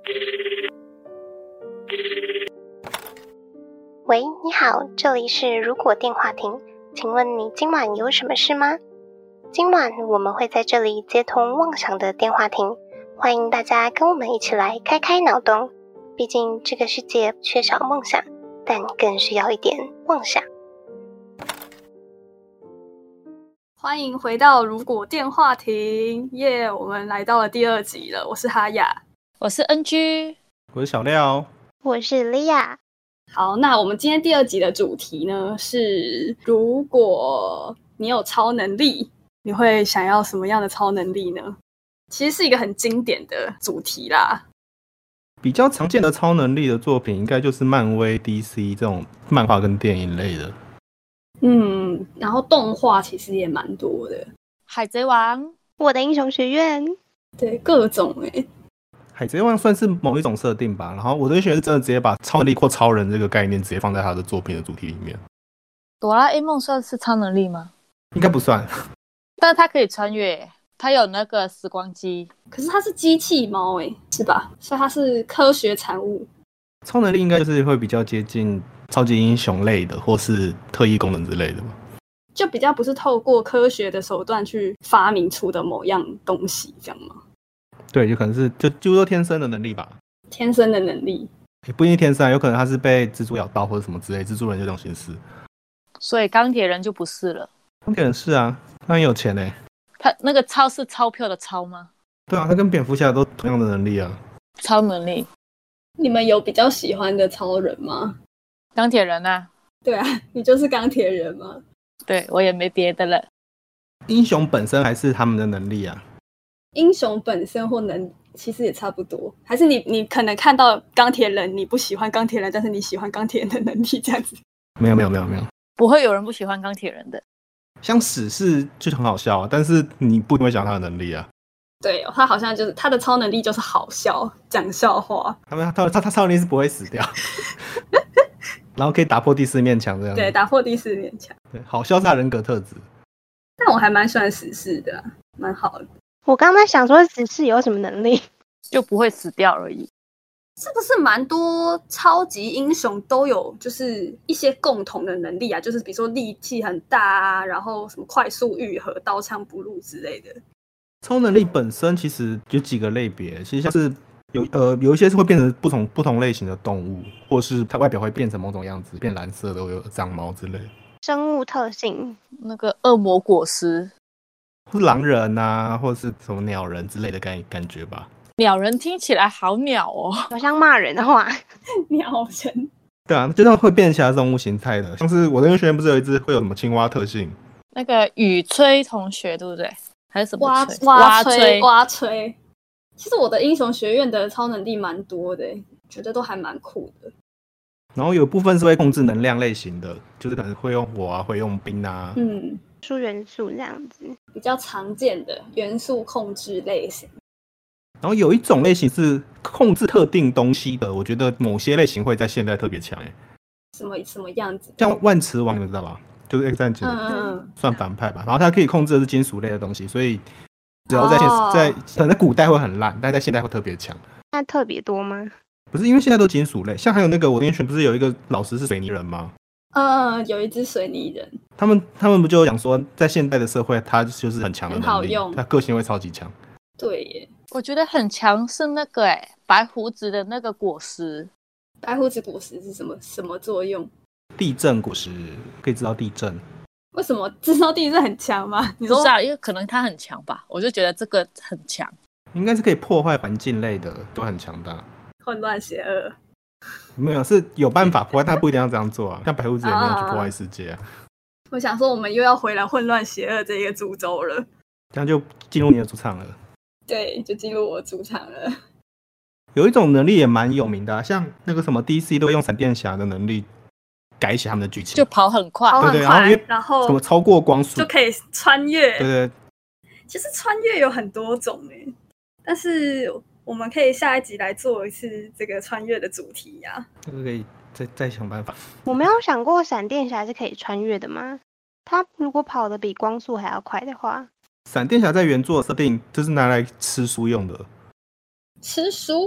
喂，你好，这里是如果电话亭，请问你今晚有什么事吗？今晚我们会在这里接通妄想的电话亭，欢迎大家跟我们一起来开开脑洞。毕竟这个世界缺少梦想，但更需要一点妄想。 欢迎回到如果电话亭，耶！我们来到了第2集了。我是哈雅， 我是 NG， 我是小廖， 我是莉亚。 好，那我们今天第2集的主题呢是：如果你有超能力，你会想要什么样的超能力呢？其实是一个很经典的主题啦。 比较常见的超能力的作品，应该就是漫威、DC 这种漫画跟电影类的。 然后动画其实也蛮多的， 海贼王、 我的英雄学院， 对，各种海贼王算是某一种设定吧，然后我的英雄是真的直接把超能力或超人这个概念直接放在他的作品的主题里面。 哆啦 A 梦算是超能力吗？ 应该不算， 但是它可以穿越，它有那个时光机。 可是它是机器猫是吧？所以它是科学产物。 超能力应该就是会比较接近超级英雄类的，或是特异功能之类的吧。 就比较不是透过科学的手段去发明出的某样东西，这样吗？ 对，就可能是就几乎都天生的能力吧。 天生的能力也不一定天生，有可能他是被蜘蛛咬到或者什么之类，蜘蛛人就这种形式。 所以钢铁人就不是了。 钢铁人是啊，他很有钱欸。 他那个钞是钞票的钞吗？ 对啊，他跟蝙蝠侠都同样的能力啊。 超能力。 你们有比较喜欢的超人吗？ 钢铁人啊。 对啊，你就是钢铁人吗？ 对，我也没别的了。 英雄本身还是他们的能力啊？ 英雄本身或能其实也差不多，还是你可能看到钢铁人，你不喜欢钢铁人，但是你喜欢钢铁人的能力这样子。 没有， 不会有人不喜欢钢铁人的。 像史是就很好笑啊，但是你不会讲他的能力啊。 对他好像就是他的超能力就是好笑，讲笑话。 他超能力是不会死掉，然后可以打破第4面墙这样子。 对，打破第4面墙。 对，好笑是他人格特质。 但我还蛮喜欢史诗的蛮好的。 我刚才想说史诗有什么能力， 就不会死掉而已。 是不是蛮多超级英雄都有就是一些共同的能力啊？就是比如说力气很大啊，然后什么快速愈合、刀枪不入之类的。 超能力本身其实有几个类别，其实像是有一些是会变成不同类型的动物，或是它外表会变成某种样子，变蓝色的，有长毛之类的。 生物特性， 那个恶魔果实， 或是狼人啊，或是什么鸟人之类的感觉吧。 鸟人听起来好鸟哦， 好像骂人的话。 鸟人， 对啊，就是会变其他动物形态的，像是我的英雄学院不是有一只会有什么青蛙特性？ 那个雨吹同学对不对？还是什么吹？ 蛙吹。其实我的英雄学院的超能力蛮多的，觉得都还蛮酷的。 然后有部分是会控制能量类型的，就是可能会用火啊，会用冰啊， 出元素这样子， 比较常见的元素控制类型。 然后有一种类型是控制特定东西的，我觉得某些类型会在现代特别强什么样子？ 像万磁王，你们知道吧？就是 X 战警算反派吧。然后它可以控制的是金属类的东西，所以只要在可能在古代会很烂，但在现代会特别强。 那特别多吗？ 不是，因为现在都金属类，像还有那个我的英雄不是有一个老师是水泥人吗？ 有一只水泥人。 他们不就有讲说，在现代的社会，他就是很强的能力， 很好用， 他个性会超级强。 对耶， 我觉得很强是那个白胡子的那个果实。 白胡子果实是什么作用？ 地震果实可以知道地震。 为什么知道地震很强吗？你说不是啊，因为可能它很强吧，我就觉得这个很强。 应该是可以破坏环境类的，都很强大。 混乱邪恶没有，是有办法破坏，但不一定要这样做啊。像白胡子也没有去破坏世界啊。 我想说，我们又要回来混乱邪恶这个主轴了， 这样就进入你的主场了。 对，就进入我主场了。 有一种能力也蛮有名的啊，像那个什么 DC 都会用闪电侠的能力改写他们的剧情， 就跑很快， 对， 然后什么超过光速就可以穿越。 对， 其实穿越有很多种但是我们可以下一集来做一次这个穿越的主题呀。 这个可以再想办法。 我没有想过闪电侠是可以穿越的吗？他如果跑得比光速还要快的话， 闪电侠在原作的设定就是拿来吃书用的。 吃书？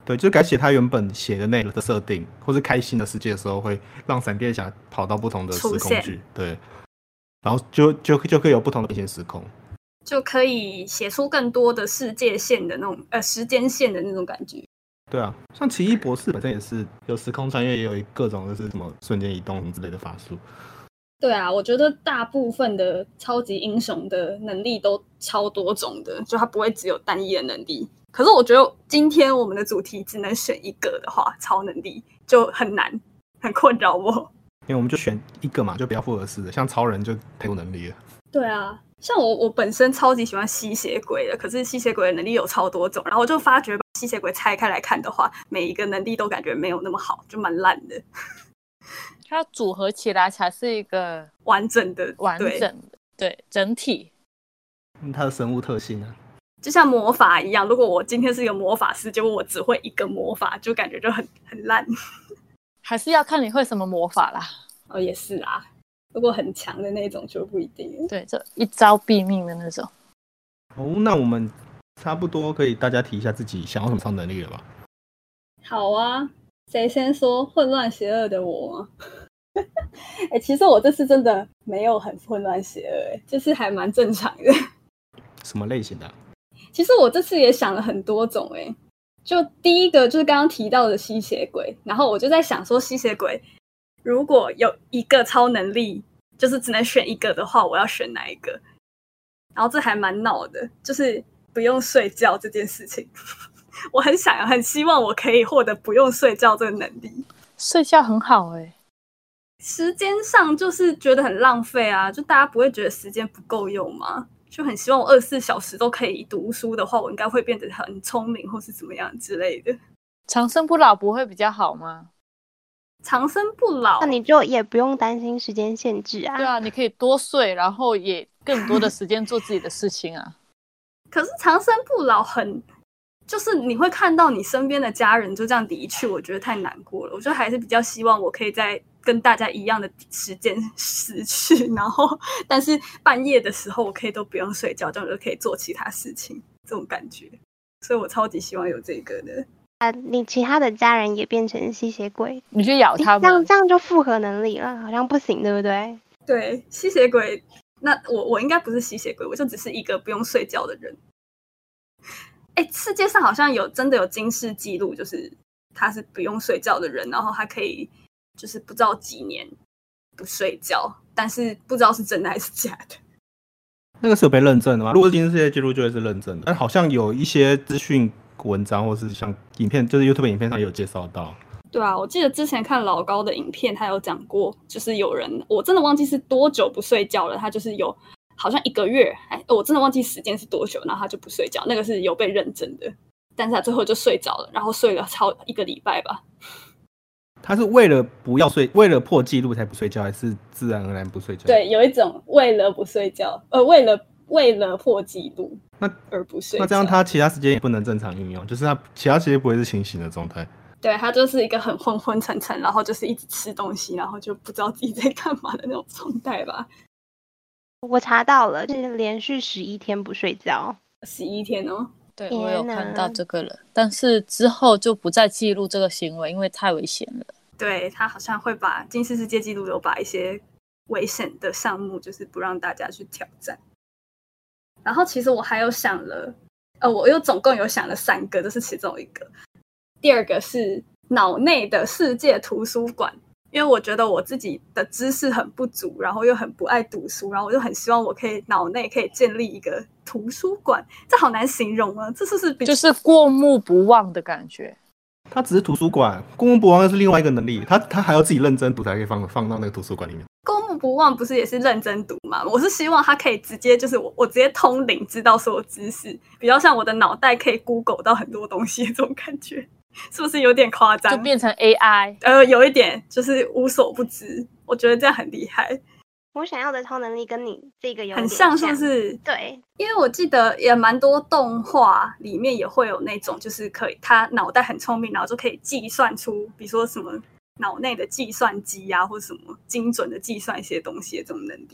对，就改写他原本写的内容的设定，或是开新的世界的时候，会让闪电侠跑到不同的时空去，对，然后就可以有不同的平行时空， 就可以写出更多的世界线的那种时间线的那种感觉。 对啊，像奇异博士本身也是有时空穿越，也有各种就是什么瞬间移动之类的法术。 对啊，我觉得大部分的超级英雄的能力都超多种的，就他不会只有单一的能力。可是我觉得今天我们的主题只能选一个的话，超能力就很难，很困扰我。 因为我们就选一个嘛，就比较复合式的，像超人就太多能力了。 对啊，像我本身超级喜欢吸血鬼的，可是吸血鬼的能力有超多种，然后我就发觉把吸血鬼拆开来看的话，每一个能力都感觉没有那么好，就蛮烂的。 它组合起来才是一个完整的对整体。 它的生物特性啊， 就像魔法一样，如果我今天是一个魔法师，结果我只会一个魔法，就感觉就很烂。 还是要看你会什么魔法啦。 哦，也是啊，如果很强的那种就不一定。 对，就一招毙命的那种。 哦，那我们差不多可以大家提一下自己想要什么超能力了吧？ 好啊，谁先说混乱邪恶的我吗？其实我这次真的没有很混乱邪恶，就是还蛮正常的。 什么类型的啊？ 其实我这次也想了很多种就第一个就是刚刚提到的吸血鬼，然后我就在想说吸血鬼如果有一个超能力，就是只能选一个的话，我要选哪一个？然后这还蛮闹的，就是不用睡觉这件事情。我很希望我可以获得不用睡觉这个能力。 睡觉很好时间上就是觉得很浪费啊，就大家不会觉得时间不够用吗？就很希望我24小时都可以读书的话，我应该会变得很聪明或是怎么样之类的。 长生不老不会比较好吗？ 长生不老， 那你就也不用担心时间限制啊。 对啊，你可以多睡，然后也更多的时间做自己的事情啊。 可是长生不老就是你会看到你身边的家人就这样离去，我觉得太难过了。我觉得还是比较希望我可以在跟大家一样的时间死去，然后但是半夜的时候我可以都不用睡觉，这样就可以做其他事情，这种感觉。所以我超级希望有这个的。 你其他的家人也变成吸血鬼， 你去咬他们， 这样就复合能力了，好像不行，对不对？ 对，吸血鬼，那我应该不是吸血鬼，我就只是一个不用睡觉的人。世界上好像真的有金氏记录，就是他是不用睡觉的人，然后他可以就是不知道几年不睡觉，但是不知道是真的还是假的。 那个是有被认证的吗？如果是金氏世界纪录，就会是认证的。但好像有一些资讯文章或是像影片，就是 YouTube 影片上也有介绍到。 对啊，我记得之前看老高的影片，他有讲过，就是有人我真的忘记是多久不睡觉了，他就是有好像1个月，我真的忘记时间是多久，然后他就不睡觉，那个是有被认证的，但是他最后就睡着了，然后睡了超1个礼拜吧。 他是为了不要睡，为了破纪录才不睡觉，还是自然而然不睡觉？ 对，有一种为了不睡觉，为了破纪录而不睡觉。 那这样他其他时间也不能正常运用，就是他其他时间不会是清醒的状态。 对，他就是一个很昏昏沉沉，然后就是一直吃东西，然后就不知道自己在干嘛的那种状态吧。 我查到了，是连续11天不睡觉 ，11天哦。 对，我有看到这个了，但是之后就不再记录这个行为，因为太危险了。 对，他好像会把金氏世界纪录有把一些危险的项目，就是不让大家去挑战。然后其实我还有想了，我总共有想了3个，这是其中一个。第2个是脑内的世界图书馆，因为我觉得我自己的知识很不足，然后又很不爱读书，然后我就很希望我可以脑内可以建立一个图书馆。这好难形容啊，这是就是过目不忘的感觉。 它只是图书馆，过目不忘又是另外一个能力，他还要自己认真读才可以放到那个图书馆里面。 过目不忘不是也是认真读吗？我是希望他可以直接就是我直接通灵，知道所有知识，比较像我的脑袋可以 Google 到很多东西的这种感觉，是不是有点夸张？ 就变成 AI， 有一点就是无所不知，我觉得这样很厉害。 我想要的超能力跟你这个有点很像，是不是？ 对， 因为我记得也蛮多动画里面也会有那种，就是可以他脑袋很聪明，然后就可以计算出，比如说什么脑内的计算机啊，或者什么精准的计算一些东西的这种能力。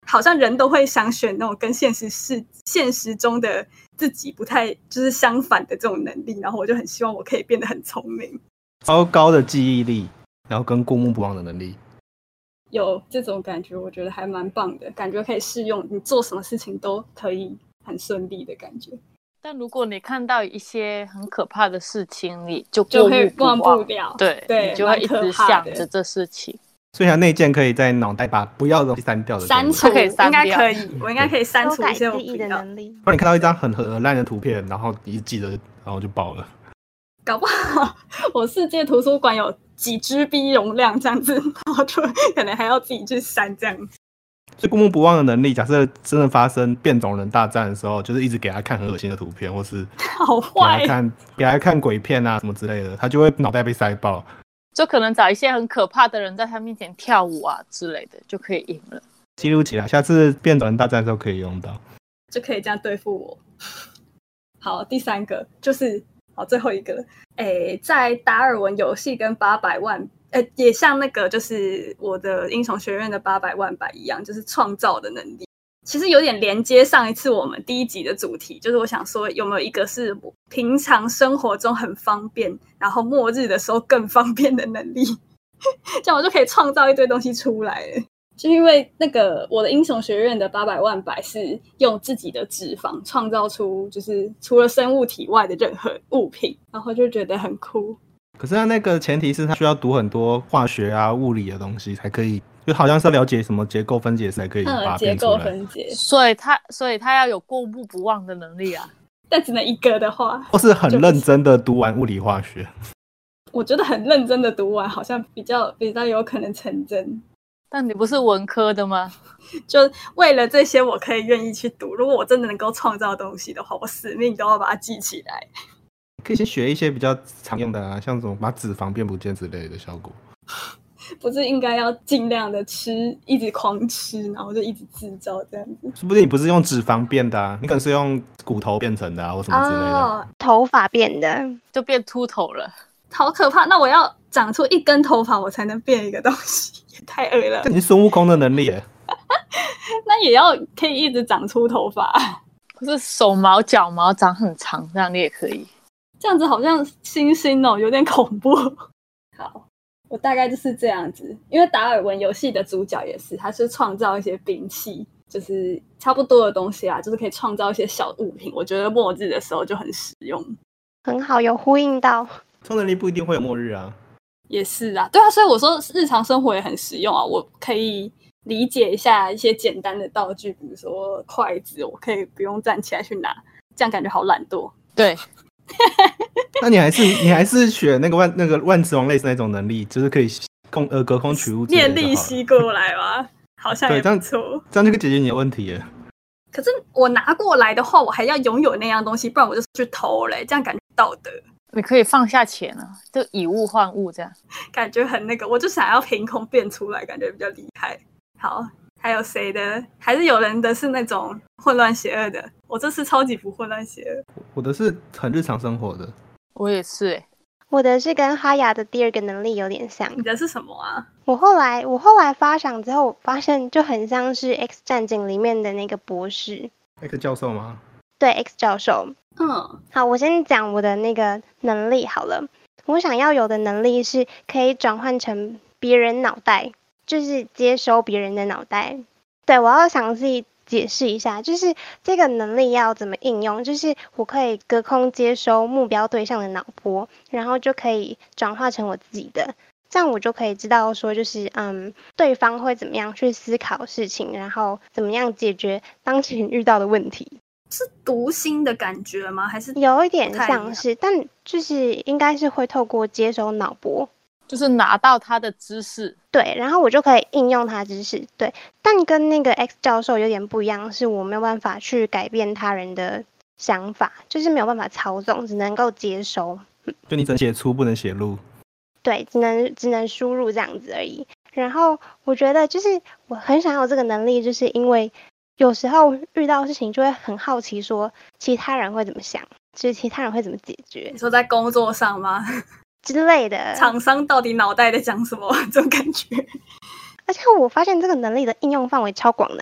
好像人都会想选那种跟现实中的自己不太就是相反的这种能力，然后我就很希望我可以变得很聪明， 超高的记忆力，然后跟过目不忘的能力。 有这种感觉，我觉得还蛮棒的，感觉可以适用，你做什么事情都可以很顺利的感觉。 但如果你看到一些很可怕的事情，你就会忘不了， 对，你就会一直想着这事情。 所以它内建可以在脑袋把不要的东西删掉的， 删除可以删掉， 应该可以，我应该可以删除一些我记忆的能力。 如果你看到一张很烂的图片，然后你记得，然后就爆了。 搞不好我世界图书馆有几 GB 容量这样子，然后就可能还要自己去删这样子。 所以过目不忘的能力，假设真的发生变种人大战的时候，就是一直给他看很恶心的图片，或是好坏给他看鬼片啊什么之类的，他就会脑袋被塞爆。 就可能找一些很可怕的人在他面前跳舞啊之类的，就可以赢了。 记录起来，下次变种人大战的时候可以用到， 就可以这样对付我。好，第3个就是最后一个了。在达尔文游戏跟800万，也像那个就是我的英雄学院的800万百一样，就是创造的能力。其实有点连接上一次我们第1集的主题，就是我想说有没有一个是平常生活中很方便，然后末日的时候更方便的能力，这样我就可以创造一堆东西出来了。就因为那个我的英雄学院的800万百是用自己的脂肪创造出就是除了生物体外的任何物品，然后就觉得很酷。 可是他那个前提是他需要读很多化学啊物理的东西才可以，就好像是要了解什么结构分解才可以把它变出来。 结构分解， 所以他要有过目不忘的能力啊。 但只能一个的话， 或是很认真的读完物理化学。 我觉得很认真的读完好像比较有可能成真。 但你不是文科的吗？ 就为了这些我可以愿意去读，如果我真的能够创造东西的话，我死命都要把它记起来。 可以先学一些比较常用的啊，像什么把脂肪变不见之类的效果。 不是应该要尽量的吃，一直狂吃，然后就一直制造这样子？ 说不定你不是用脂肪变的啊，你可能是用骨头变成的啊，或什么之类的。 头发变的， 就变秃头了， 好可怕！那我要长出一根头发，我才能变一个东西，也太恶了。 这你是孙悟空的能力耶。 那也要可以一直长出头发， 或是手毛脚毛长很长，这样你也可以。 这样子好像猩猩哦，有点恐怖。好，我大概就是这样子。因为达尔文游戏的主角也是，他是创造一些兵器，就是差不多的东西啊，就是可以创造一些小物品。我觉得末日的时候就很实用， 很好，有呼应到。 超能力不一定会有末日啊。 也是啊，对啊，所以我说日常生活也很实用啊。我可以理解一下一些简单的道具，比如说筷子，我可以不用站起来去拿，这样感觉好懒惰。 对。 那你还是选那个万磁王类似那种能力，就是可以隔空取物， 念力吸过来吗？好像也不错， 这样就可以解决你的问题耶。 可是我拿过来的话，我还要拥有那样东西，不然我就去偷嘞，这样感觉道德。 你可以放下钱啊，就以物换物，这样感觉很那个。我就想要凭空变出来，感觉比较厉害。好，还有谁的？还是有人的是那种混乱邪恶的？我这次超级不混乱邪恶。 我的是很日常生活的。 我也是耶。 我的是跟哈雅的第二个能力有点像。 你的是什么啊？我后来发想之后，我发现就很像是 X 战警里面的那个博士 X 教授吗？ 对， X 教授。好，我先讲我的那个能力好了。我想要有的能力是可以转换成别人脑袋，就是接收别人的脑袋。对，我要详细解释一下，就是这个能力要怎么应用，就是我可以隔空接收目标对象的脑波，然后就可以转化成我自己的，这样我就可以知道说就是对方会怎么样去思考事情，然后怎么样解决当前遇到的问题。 是读心的感觉吗？还是有一点像是，但就是应该是会透过接收脑波， 就是拿到他的知识， 对，然后我就可以应用他的知识，对。但跟那个 X 教授有点不一样，是我没有办法去改变他人的想法，就是没有办法操纵，只能够接收。 就你只能写出，不能写入。 对，只能输入这样子而已。然后我觉得就是我很想要这个能力，就是因为有时候遇到事情就会很好奇说其他人会怎么想，就是其他人会怎么解决。 你说在工作上吗？ 之类的， 厂商到底脑袋在讲什么这种感觉。 而且我发现这个能力的应用范围超广的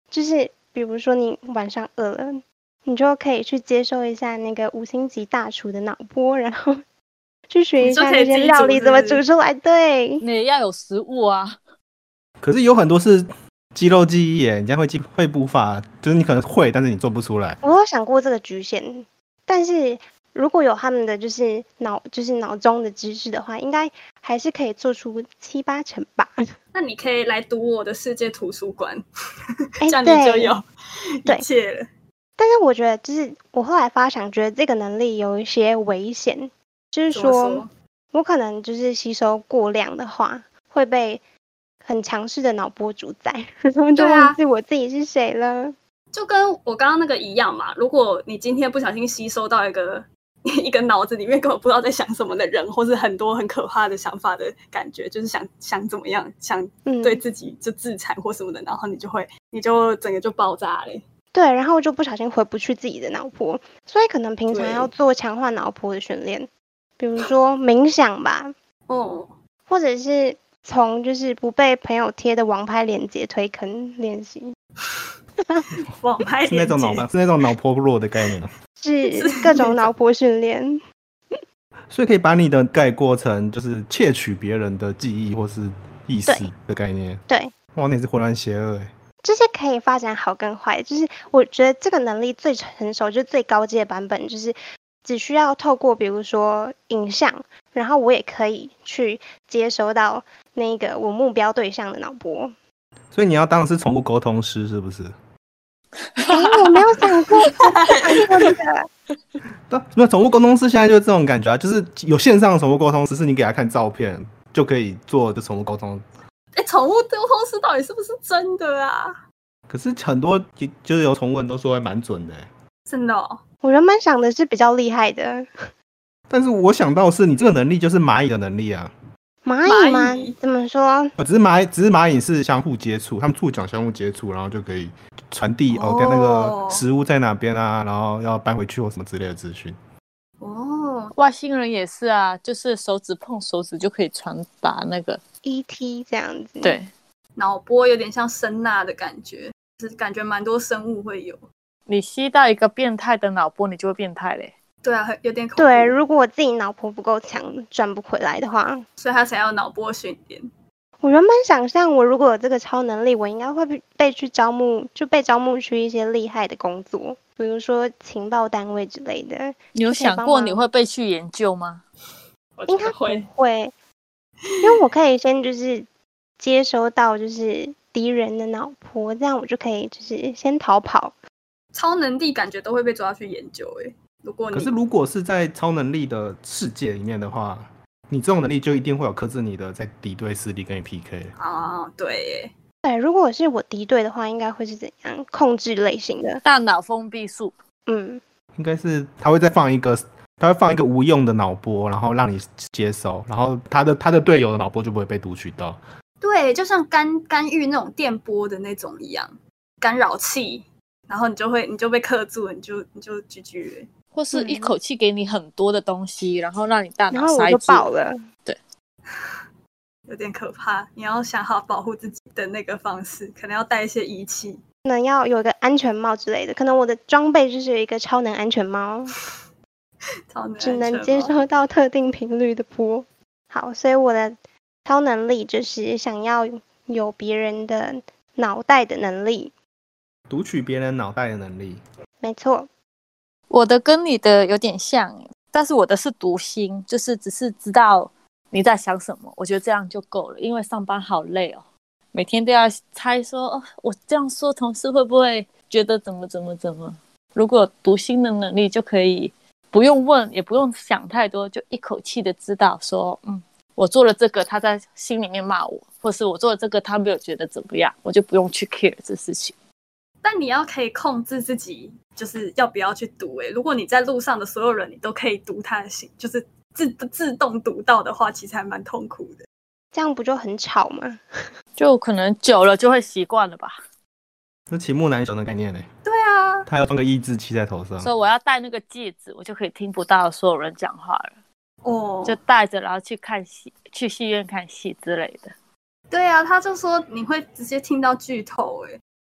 就是比如说你晚上饿了，你就可以去接受一下那个5星级大厨的脑波，然后去学一下那些料理怎么煮出来。对， 你也要有食物啊。 可是有很多是肌肉记忆耶，你这样会步伐，就是你可能会，但是你做不出来。 我有想过这个局限，但是如果有他们的就是脑中的知识的话，应该还是可以做出7、8成吧。 那你可以来读我的世界图书馆， 这样你就有一切了。 但是我觉得，就是我后来发想，觉得这个能力有一些危险，就是说我可能就是吸收过量的话，会被很强势的脑波主宰，然后就忘记我自己是谁了。 就跟我刚刚那个一样嘛。如果你今天不小心吸收到一个脑子里面根本不知道在想什么的人，或是很多很可怕的想法的感觉，就是想怎么样，想对自己就自残或什么的，然后你就整个就爆炸了。 对，然后就不小心回不去自己的脑波，所以可能平常要做强化脑波的训练，比如说冥想吧，或者是从就是不被朋友贴的网拍链接推坑练习。 网拍是那种脑波弱的概念， 是各种脑波训练。 所以可以把你的概括成就是窃取别人的记忆或是意识的概念。 对， 哇，那也是浑然邪恶哎。 这些可以发展好跟坏，就是我觉得这个能力最成熟，就是最高阶的版本，就是只需要透过比如说影像，然后我也可以去接收到那个我目标对象的脑波。 所以你要当的是宠物沟通师是不是？ 我没有想过这个。 那宠物沟通师现在就是这种感觉啊，就是有线上的宠物沟通师，是你给他看照片就可以做的宠物沟通。 宠物沟通师到底是不是真的啊？ 可是很多就是有宠物人都说还蛮准的。 真的哦？ 我原本想的是比较厉害的， 但是我想到是你这个能力就是蚂蚁的能力啊。 蚂蚁吗？怎么说？ 只是蚂蚁是相互接触，它们触角相互接触，然后就可以传递那个食物在哪边啊，然后要搬回去或什么之类的资讯。 外星人也是啊，就是手指碰手指就可以传达那个 ET 这样子。 对， 脑波有点像声呐的感觉，就是感觉蛮多生物会有。 你吸到一个变态的脑波，你就会变态嘞。 对啊，有点恐怖。 对，如果我自己脑波不够强，转不回来的话， 所以他才要脑波训练。 我原本想象，我如果有这个超能力，我应该会被招募去一些厉害的工作，比如说情报单位之类的。 你有想过你会被去研究吗？ 应该不会，因为我可以先就是接收到就是敌人的脑波，这样我就可以就是先逃跑。 超能力感觉都会被抓去研究可是如果是在超能力的世界里面的话，你这种能力就一定会有克制你的在敌对势力跟你 PK 啊。对， 如果是我敌对的话，应该会是怎样控制类型的大脑封闭术？ 应该是他会放一个无用的脑波，然后让你接收，然后他的队友的脑波就不会被读取到。 对，就像干预那种电波的那种一样，干扰器，然后你就被克住了，你就 GG 了。 或是一口气给你很多的东西，然后让你大脑塞住， 然后我就爆了。 对， 有点可怕。你要想好保护自己的那个方式，可能要带一些仪器， 可能要有一个安全帽之类的。可能我的装备就是有一个超能安全帽，只能接收到特定频率的波。好，所以我的超能力就是想要有别人的脑袋的能力， 读取别人脑袋的能力。 没错。 我的跟你的有点像，但是我的是读心，就是只是知道你在想什么，我觉得这样就够了。因为上班好累哦，每天都要猜说我这样说同事会不会觉得怎么。如果读心的能力就可以不用问也不用想太多，就一口气的知道说我做了这个他在心里面骂我，或是我做了这个他没有觉得怎么样，我就不用去 care 这事情。 但你要可以控制自己，就是要不要去读。如果你在路上的所有人你都可以读他的心，就是自动读到的话，其实还蛮痛苦的。 这样不就很吵吗？ 就可能久了就会习惯了吧。 是齐木楠雄的概念呢。 对啊， 他要装个抑制器在头上， 所以我要戴那个戒指，我就可以听不到所有人讲话了。就戴着，然后去看戏，去戏院看戏之类的。 对啊，他就说你会直接听到剧透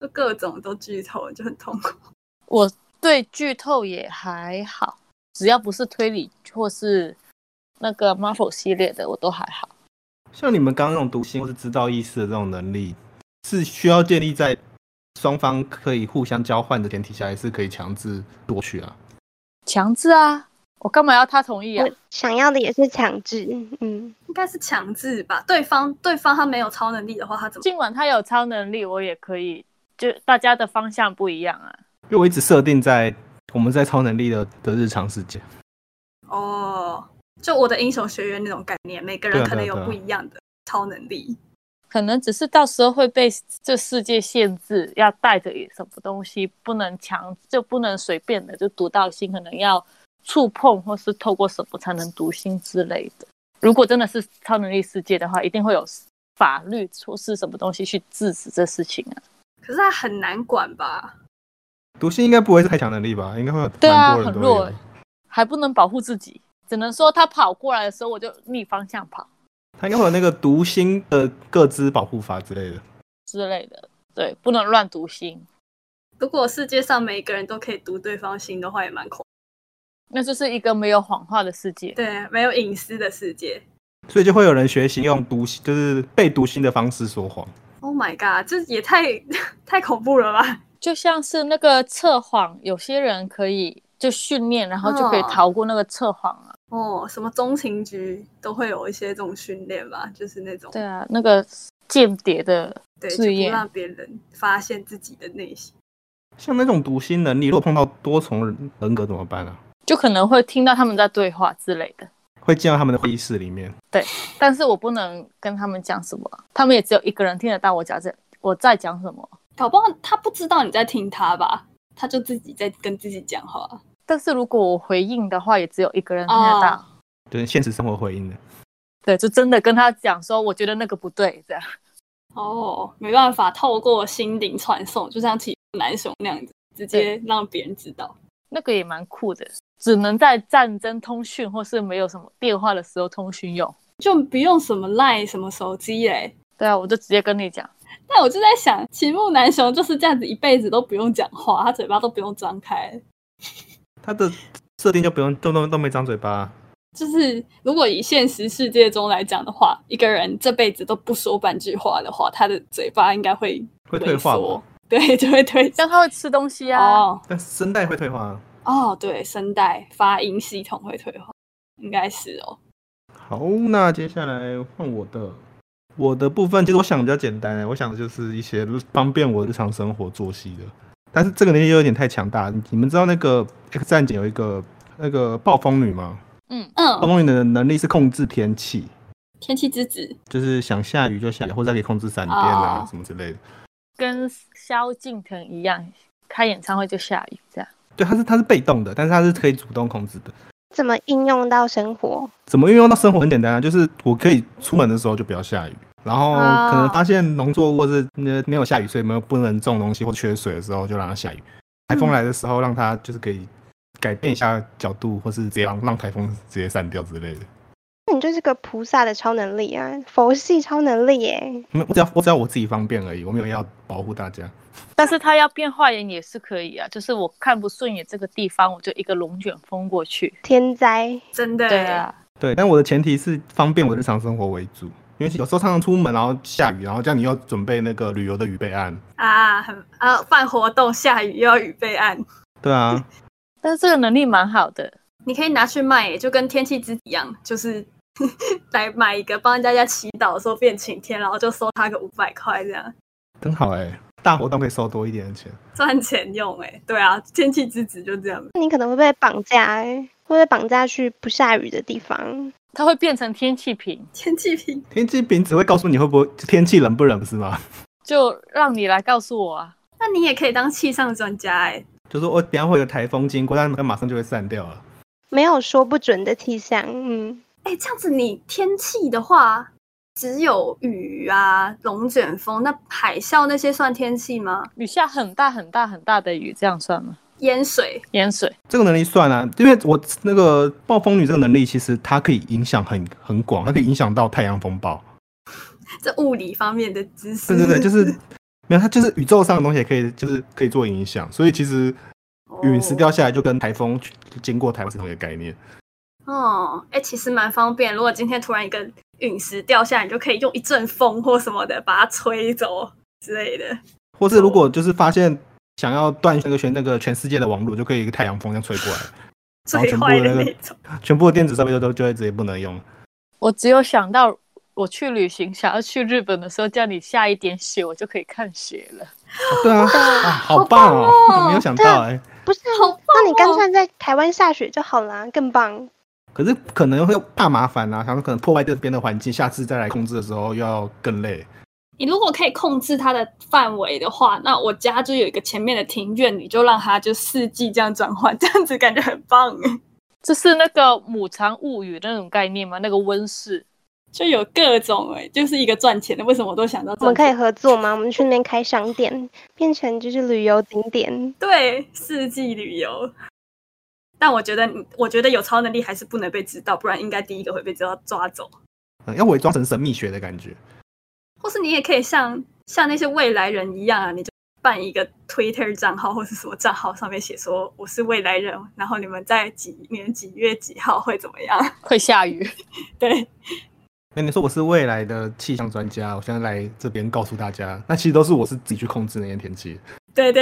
就各种都剧透，就很痛苦。 我对剧透也还好，只要不是推理或是那个 Marvel 系列的，我都还好。 像你们刚刚那种读心或是知道意识的这种能力，是需要建立在双方可以互相交换的前提下，还是可以强制夺取啊？ 强制啊，我干嘛要他同意啊？ 我想要的也是强制， 应该是强制吧。对方他没有超能力的话，他怎么？ 尽管他有超能力，我也可以，就大家的方向不一样啊。 因为我一直设定在我们在超能力的日常世界。 哦，就我的英雄学院那种概念，每个人可能有不一样的超能力。 可能只是到时候会被这世界限制，要带着什么东西，不能就不能随便的就读到心，可能要触碰或是透过什么才能读心之类的。如果真的是超能力世界的话，一定会有法律或是什么东西去制止这事情啊。 可是他很难管吧？ 读心应该不会是太强能力吧？应该会对啊， 蛮多人都有很弱，还不能保护自己，只能说他跑过来的时候我就逆方向跑他应该会有那个读心的个资保护法之类的。 之类的。对，不能乱读心， 如果世界上每个人都可以读对方心的话，也蛮恐怖。 那就是一个没有谎话的世界。 对，没有隐私的世界。 所以就会有人学习用读心，就是被读心的方式说谎。 Oh my god， 这也太恐怖了吧！ 就像是那个测谎，有些人可以就训练，然后就可以逃过那个测谎啊。 哦，什么中情局都会有一些这种训练吧，就是那种对啊，那个间谍的对，就不试验， 让别人发现自己的内心。 像那种读心能力，如果碰到多重人格怎么办啊？ 就可能会听到他们在对话之类的。 会进到他们的会议室里面。 对，但是我不能跟他们讲什么，他们也只有一个人听得到我在讲什么。 搞不好他不知道你在听他吧，他就自己在跟自己讲话。 但是如果我回应的话，也只有一个人听得到。 对，现实生活回应的。 对，就真的跟他讲说，我觉得那个不对，这样。 哦，没办法，透过心灵传送，就像启南雄那样子，直接让别人知道。 那个也蛮酷的，只能在战争通讯或是没有什么电话的时候通讯用， 就不用什么 LINE 什么手机嘞。 对啊，我就直接跟你讲。 但我就在想，齐木南雄就是这样子，一辈子都不用讲话，他嘴巴都不用张开。 他的设定就不用都没张嘴巴。 就是如果以现实世界中来讲的话，一个人这辈子都不说半句话的话，他的嘴巴应该会退化吧？ 对，就会退。 但他会吃东西啊。 哦， 但声带会退化。 哦，对，声带发音系统会退化，应该是哦。 好，那接下来换我的部分，其实我想比较简单，我想的就是一些方便我日常生活作息的。但是这个能力又有点太强大。你们知道那个 X 战警有一个那个暴风女吗？暴风女的能力是控制天气， 天气之子， 就是想下雨就下雨，或者可以控制闪电啊什么之类的。 跟萧敬腾一样，开演唱会就下雨这样。 对，他是被动的，但是他是可以主动控制的。 怎么应用到生活？ 怎么运用到生活很简单啊，就是我可以出门的时候就不要下雨，然后可能发现农作物或是没有下雨，所以不能种东西或缺水的时候就让它下雨。台风来的时候让它就是可以改变一下角度，或是直接让台风直接散掉之类的。 那你就是个菩萨的超能力啊，佛系超能力耶！ 我只要我自己方便而已，我没有要保护大家。 但是他要变坏人也是可以啊，就是我看不顺眼这个地方，我就一个龙卷风过去。 天灾， 真的。 对啊， 对，但我的前提是方便我的日常生活为主，因为有时候常常出门然后下雨，然后这样你要准备那个旅游的预备案啊，办活动下雨又要预备案。 对啊， 但是这个能力蛮好的， 你可以拿去卖，就跟天气之子一样，就是来买一个帮大家祈祷的时候变晴天，然后就收他个500块这样， 真好大活动可以收多一点的钱， 赚钱用对啊，天气之子就这样。 你可能会被绑架会被绑架去不下雨的地方。 它会变成天气瓶， 天气瓶只会告诉你会不会天气冷不冷是吗？ 就让你来告诉我啊。 那你也可以当气象专家就说我等一下会有台风经过，但马上就会散掉了。 没有说不准的气象， 这样子你天气的话，只有雨啊、龙卷风，那海啸那些算天气吗？ 雨下很大很大很大的雨，这样算吗？ 淹水这个能力算啊，因为我那个暴风女这个能力，其实它可以影响很广，它可以影响到太阳风暴。 这物理方面的知识， 对，就是没有，它就是宇宙上的东西也可以，就是可以做影响。所以其实陨石掉下来就跟台风经过台湾是同一个概念。 哦，其实蛮方便。如果今天突然一个陨石掉下来，你就可以用一阵风或什么的把它吹走之类的。 或是如果就是发现想要断那个全世界的网络，就可以一个太阳风这样吹过来，然后最坏的那种。 全部的电子设备就会直接不能用。 我只有想到我去旅行，想要去日本的时候，叫你下一点雪，我就可以看雪了。 对啊，好棒哦！我没有想到不是那你干脆在台湾下雪就好啦，更棒。 可是可能会怕麻烦啊，想说可能破坏这边的环境，下次再来控制的时候要更累。 你如果可以控制它的范围的话，那我家就有一个前面的庭院，你就让它就四季这样转换，这样子感觉很棒耶。 这是那个母藏物语那种概念吗？那个温室就有各种就是一个赚钱的。为什么我都想到赚钱？ 我们可以合作吗？我们去那边开商店，变成就是旅游景点。 对，四季旅游。但我觉得有超能力还是不能被知道，不然应该第一个会被抓走。 要伪装成神秘学的感觉。 或是你也可以像那些未来人一样啊，你就办一个 Twitter 账号或是什么账号，上面写说我是未来人，然后你们在几年几月几号会怎么样？ 会下雨。 对。 那你说我是未来的气象专家，我现在来这边告诉大家，那其实都是我是自己去控制那些天气。 对。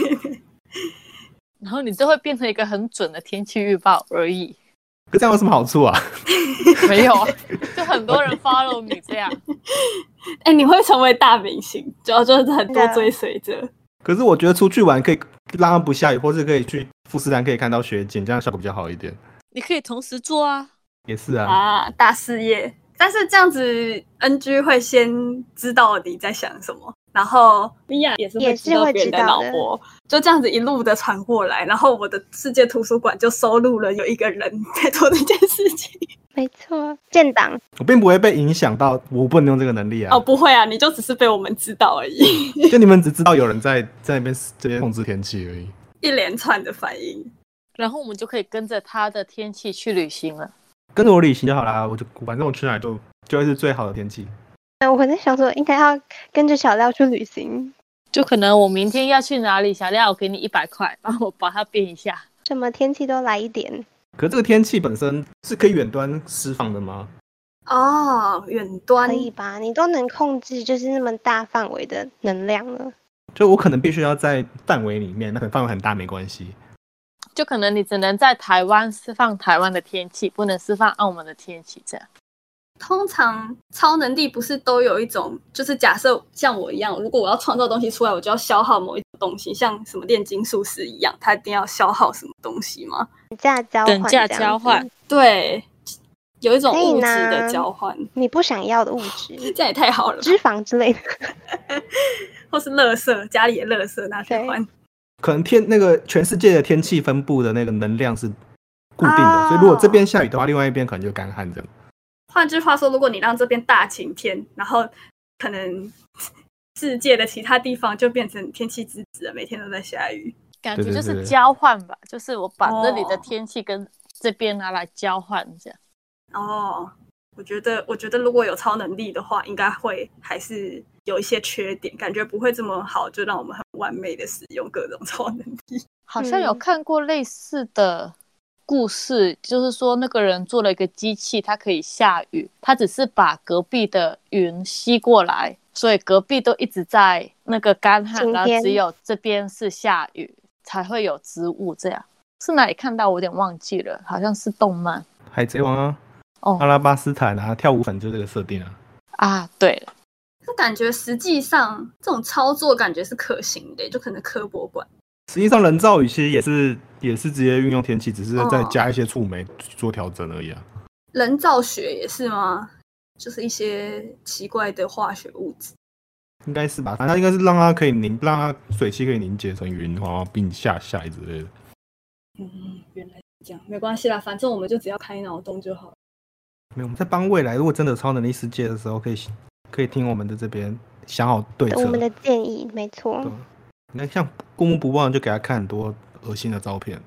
然后你就会变成一个很准的天气预报而已。 可这样有什么好处啊？ 没有啊，就很多人 follow 你这样。 你会成为大明星，主要就是很多追随者。 可是我觉得出去玩可以让它不下雨，或是可以去富士山可以看到雪景，这样效果比较好一点。 你可以同时做啊。 也是啊。 大事业。但是这样子 NG 会先知道你在想什么，然后 Mia 也是会知道别人的脑波，就这样子一路的传过来，然后我的世界图书馆就收录了有一个人在做这件事情。 没错，建档。 我并不会被影响到，我不能用这个能力啊。 不会啊，你就只是被我们知道而已。 就你们只知道有人在那边这边控制天气而已。 一连串的反应， 然后我们就可以跟着他的天气去旅行了。 跟着我旅行就好啦，反正我去哪里就会是最好的天气。 我在想说，应该要跟着小廖去旅行。 就可能我明天要去哪里，小廖我给你100块，帮我把它编一下。 什么天气都来一点。 可是这个天气本身是可以远端释放的吗？ 远端可以吧？你都能控制，就是那么大范围的能量了。 就我可能必须要在范围里面，那可能范围很大没关系。 就可能你只能在台湾释放台湾的天气，不能释放澳门的天气这样。 通常超能力不是都有一种，就是假设像我一样，如果我要创造东西出来，我就要消耗某一种东西，像什么炼金术师一样，他一定要消耗什么东西吗？ 等价交换。 对，有一种物质的交换， 你不想要的物质， 这样也太好了吧， 脂肪之类的， 或是垃圾，家里的垃圾拿去换。 可能那个全世界的天气分布的那个能量是固定的，所以如果这边下雨的话，另外一边可能就干旱这样。 换句话说，如果你让这边大晴天，然后可能世界的其他地方就变成天气之子了，每天都在下雨， 感觉就是交换吧，就是我把这里的天气跟这边拿来交换这样。 我觉得如果有超能力的话，应该会还是有一些缺点，感觉不会这么好，就让我们很完美的使用各种超能力。 好像有看过类似的故事，就是说那个人做了一个机器，它可以下雨，他只是把隔壁的云吸过来，所以隔壁都一直在那个干旱，然后只有这边是下雨，才会有植物这样。是哪里看到？我有点忘记了，好像是动漫海贼王啊。阿拉巴斯坦啊，跳舞粉就这个设定啊。对了， 就感觉实际上这种操作感觉是可行的，就可能科博馆。 实际上人造雨其实也是直接运用天气，只是再加一些触媒去做调整而已啊。 人造雪也是吗？就是一些奇怪的化学物质。 应该是吧，反正它应该是让它水汽可以凝结成云，然后并下雨之类的。 原来是这样，没关系啦，反正我们就只要开脑洞就好了。 没有，我们在帮未来，如果真的有超能力世界的时候，可以听我们的这边想好对策。 我们的建议没错。 你看，像过目不忘就给他看很多恶心的照片。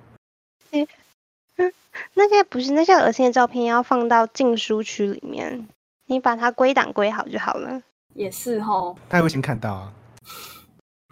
那些不是那些恶心的照片，要放到禁书区里面，你把它归档归好就好了。 也是齁， 他也会先看到啊。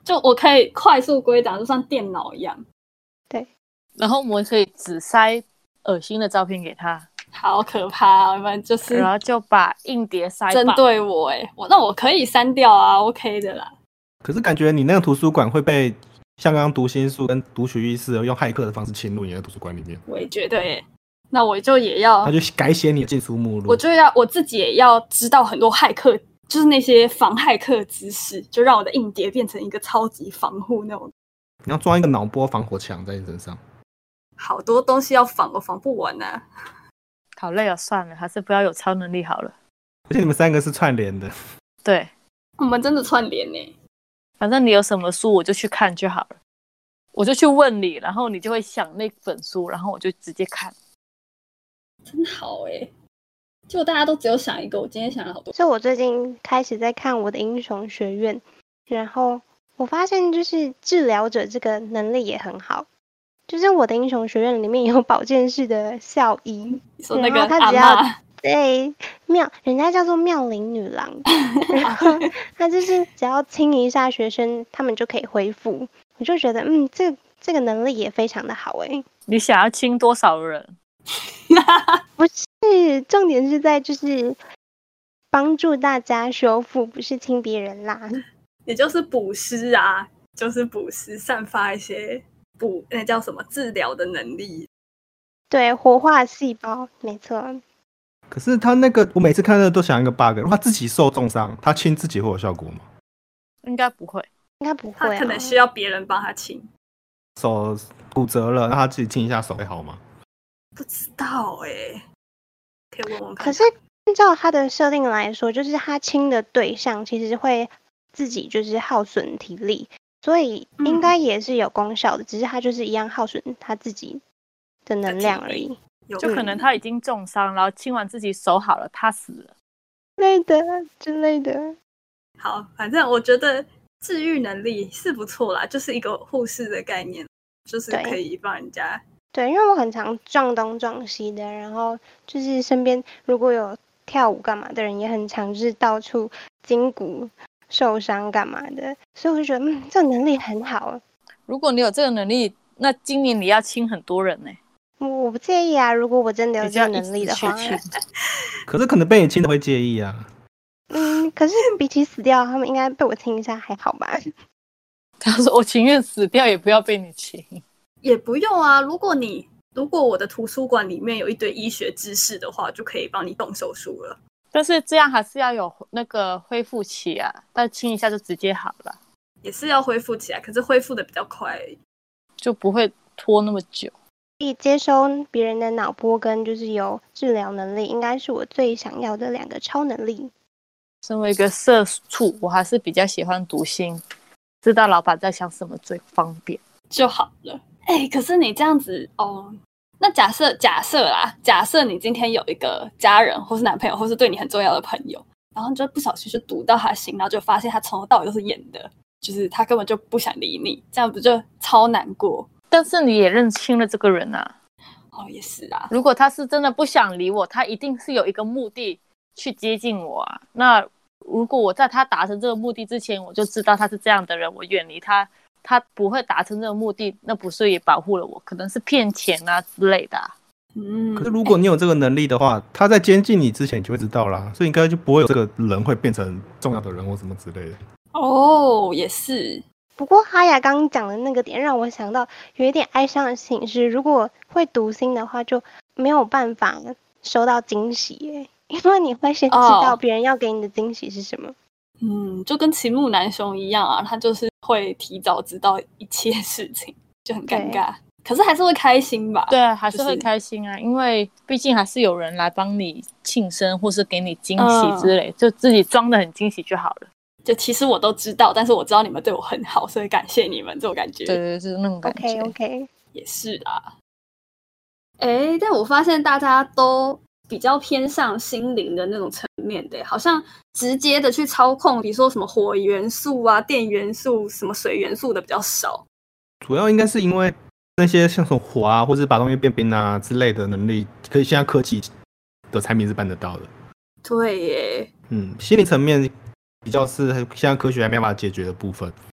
就我可以快速归档，就像电脑一样。 然后我们可以只塞恶心的照片给他， 好可怕，我们就是然后就把硬碟塞针爆。 对我那我可以删掉啊 ，OK 的啦。 可是感觉你那个图书馆会被像刚刚读心术跟读取意识用骇客的方式侵入你的图书馆里面， 我也觉得那我就也要， 他就改写你的禁书目录。 我就要我自己也要知道很多骇客，就是那些防骇客知识，就让我的硬碟变成一个超级防护那种。 你要装一个脑波防火墙在你身上。 好多东西要防，我防不完啊。 好累哦，算了，还是不要有超能力好了。 而且你们3个是串联的。 对， 我们真的串联呢。 反正你有什么书我就去看就好了，我就去问你，然后你就会想那本书，然后我就直接看。 真好结果大家都只有想一个，我今天想了好多。 所以我最近开始在看我的英雄学院，然后我发现就是治疗者这个能力也很好。就是我的英雄学院里面有保健室的校医， 你说那个然后他阿只要嬷， 对人家叫做妙龄女郎，然后他就是只要亲一下学生，他们就可以恢复。我就觉得这个能力也非常的好你想要亲多少人？ 不是，重点是在就是帮助大家修复，不是亲别人啦。 也就是补师啊，就是补师散发一些那叫什么治疗的能力。 对，活化细胞，没错。 可是他那个，我每次看那个都想一个 bug， 如果他自己受重伤，他亲自己会有效果吗？ 应该不会， 应该不会他可能需要别人帮他亲。 手骨折了，让他自己亲一下手会好吗？ 不知道可以问问看。 可是按照他的设定来说，就是他亲的对象其实会自己就是耗损体力，所以应该也是有功效的，只是他就是一样耗损他自己的能量而已。 就可能他已经重伤，然后亲完自己手好了，他死了之类的。 好，反正我觉得治愈能力是不错啦，就是一个护士的概念，就是可以帮人家。 对，因为我很常撞东撞西的，然后就是身边如果有跳舞干嘛的人，也很常就是到处筋骨受伤干嘛的，所以我就觉得这个能力很好。 如果你有这个能力，那今年你要亲很多人呢。 我不介意啊，如果我真的有这个能力的话。 可是可能被你亲的会介意啊。 可是比起死掉，他们应该被我亲一下还好吧？ 他说我情愿死掉，也不要被你亲。 也不用啊，如果我的图书馆里面有一堆医学知识的话，就可以帮你动手术了。 但是这样还是要有那个恢复期啊，但亲一下就直接好了。 也是要恢复起来，可是恢复的比较快而已， 就不会拖那么久。 可以接收别人的脑波跟就是有治疗能力，应该是我最想要的2个超能力。 身为一个社畜，我还是比较喜欢读心，知道老板在想什么最方便就好了。可是你这样子那假设你今天有一个家人或是男朋友或是对你很重要的朋友，然后你就不小心就读到他心，然后就发现他从头到尾都是演的，就是他根本就不想理你，这样不就超难过？ 但是你也认清了这个人啊。 也是啊。 如果他是真的不想理我，他一定是有一个目的去接近我啊。那如果我在他达成这个目的之前，我就知道他是这样的人，我远离他，他不会达成这个目的，那不是也保护了我？可能是骗钱啊之类的啊。 可是如果你有这个能力的话，他在接近你之前你就会知道啦，所以应该就不会有这个人会变成重要的人或什么之类的。 也是。 不过哈雅刚刚讲的那个点让我想到有一点哀伤的事情是，如果会读心的话，就没有办法收到惊喜耶，因为你会先知道别人要给你的惊喜是什么。 就跟齐木楠雄一样啊，他就是会提早知道一切事情，就很尴尬。可是还是会开心吧？ 对啊，还是会开心啊，因为毕竟还是有人来帮你庆生，或是给你惊喜之类，就自己装得很惊喜就好了。 就其实我都知道，但是我知道你们对我很好，所以感谢你们这种感觉。 对，就是那种感觉。 OK， 也是啦。但我发现大家都比较偏向心灵的那种层面的，好像直接的去操控，比如说什么火元素啊、电元素、什么水元素的比较少。 主要应该是因为那些像什么火啊，或者把东西变冰啊之类的能力，可以现在科技的产品是办得到的。 对耶。 心理层面比较是现在科学还没办法解决的部分。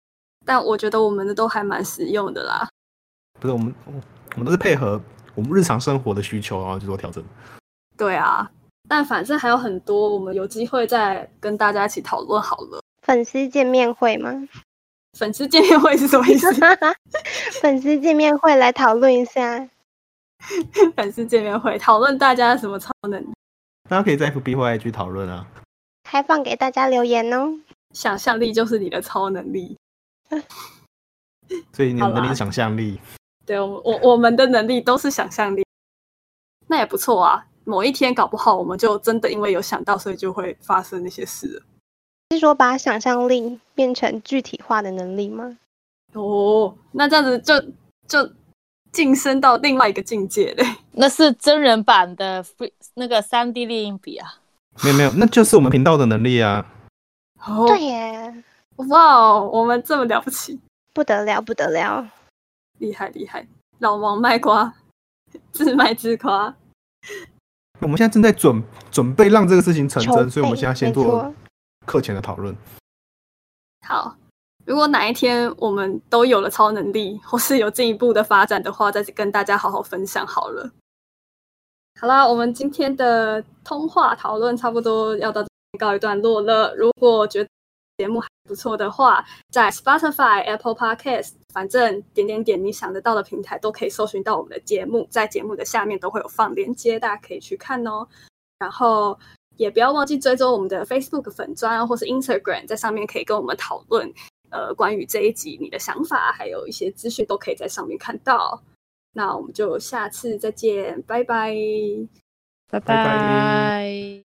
但我觉得我们的都还蛮实用的啦。 不是我们都是配合我们日常生活的需求，然后去做调整。 对啊，但反正还有很多，我们有机会再跟大家一起讨论好了。 粉丝见面会吗？ 粉丝见面会是什么意思？ 粉丝见面会来讨论一下。 粉丝见面会讨论大家什么超能力？ 大家可以在 FB 或 IG 讨论啊， 开放给大家留言哦。 想象力就是你的超能力， 所以你的能力是想象力。 对，我们的能力都是想象力，那也不错啊。某一天搞不好我们就真的因为有想到，所以就会发生那些事了。 是说把想象力变成具体化的能力吗？ 哦，那这样子就晋升到另外一个境界嘞。 那是真人版的那个3D 猎鹰笔啊。 没有，那就是我们频道的能力啊。 哦， 对耶， 哇哦，我们这么了不起， 不得了不得了。 厉害厉害，老王卖瓜，自卖自夸。 我们现在正在准备让这个事情成筹真，所以我们备现在先没错做课前的讨论。 好，如果哪一天我们都有了超能力，或是有进一步的发展的话，再跟大家好好分享好了。好啦，我们今天的通话讨论差不多要到这边告一段落了。如果觉得节目还不错的话，在 Spotify、Apple Podcast， 反正点你想得到的平台都可以搜寻到我们的节目，在节目的下面都会有放连结，大家可以去看哦。然后也不要忘记追踪我们的 Facebook 粉专或是 Instagram， 在上面可以跟我们讨论关于这一集你的想法，还有一些资讯都可以在上面看到。那我们就下次再见，拜拜， 拜拜拜拜。